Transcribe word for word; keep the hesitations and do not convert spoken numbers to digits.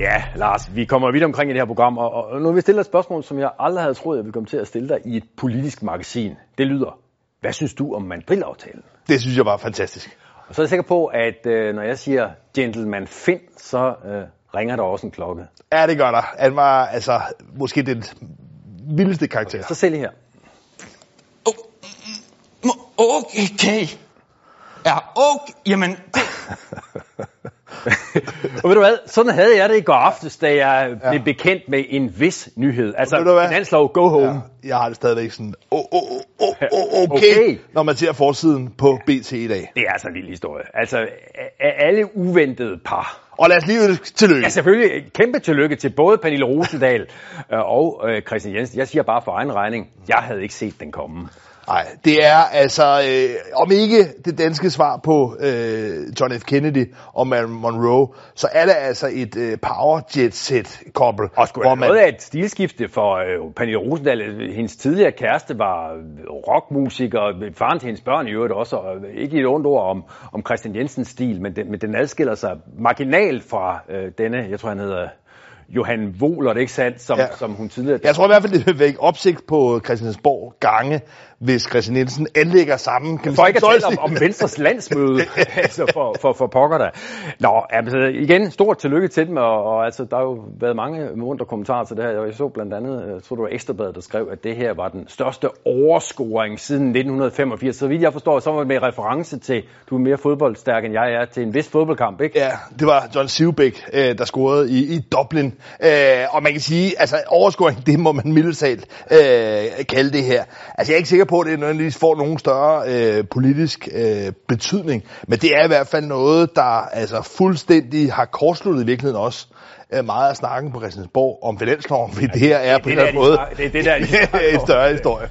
Ja, Lars, vi kommer vidt omkring i det her program, og, og nu vil jeg stille et spørgsmål, som jeg aldrig havde troet, jeg ville komme til at stille dig i et politisk magasin. Det lyder, hvad synes du om Madrid-aftalen? Det synes jeg var fantastisk. Og så er jeg sikker på, at øh, når jeg siger Gentleman Finn, så øh, ringer der også en klokke. Ja, det gør der. Han var altså måske den vildeste karakter. Okay, så se lige her. Okay. Ja, okay. Jamen, det... Og ved du hvad, sådan havde jeg det i går aftes, da jeg ja. blev bekendt med en vis nyhed. Altså, finanslov, go home. Ja, jeg har det stadigvæk sådan, oh, oh, oh, oh, okay, okay, når man ser forsiden på B T i dag. Det er altså en vild historie. Altså, af alle uventede par. Og lad os lige ønske tillykke. Ja, selvfølgelig. Kæmpe tillykke til både Pernille Rosendahl og øh, Christian Jensen. Jeg siger bare for egen regning, jeg havde ikke set den komme. Nej, det er altså, øh, om ikke det danske svar på øh, John F. Kennedy og Marilyn Monroe, så er det altså et øh, power jet set couple. Og skulle have man... noget af et stilskifte for øh, Pernille Rosendahl. Hendes tidligere kæreste var rockmusiker, faren til hendes børn i øvrigt også, og ikke et ondt ord om, om Christian Jensens stil, men den, men den adskiller sig marginalt fra øh, denne, jeg tror han hedder... Johan Wohler, det er ikke sandt, som, ja. som hun tidligere... Jeg tror i hvert fald, det vil vække opsigt på Christiansborg gange, hvis Christian Jensen anlægger sammen... Kan for ikke at tale om, om Venstres landsmøde, altså for, for, for pokker der. Nå, altså igen, stort tillykke til dem, og, og altså, der har jo været mange muntre kommentarer til det her. Jeg så blandt andet, jeg tror det var Ekstrabladet, der skrev, at det her var den største overscoring siden nitten femogfirs. Så vidt jeg forstår, så var det med reference til, du er mere fodboldstærk end jeg er, til en vis fodboldkamp, ikke? Ja, det var John Sivbæk, der scorede i, i Dublin. Øh, og man kan sige, altså overscoring, det må man mildt talt øh, kalde det her. Altså jeg er ikke sikker på, at det nødvendigvis får nogen større øh, politisk øh, betydning, men det er i hvert fald noget, der altså fuldstændig har kortsluttet i virkeligheden også øh, meget af snakken på Christiansborg om finansloven, fordi det her er på det en eller anden måde det er det der, en større historie.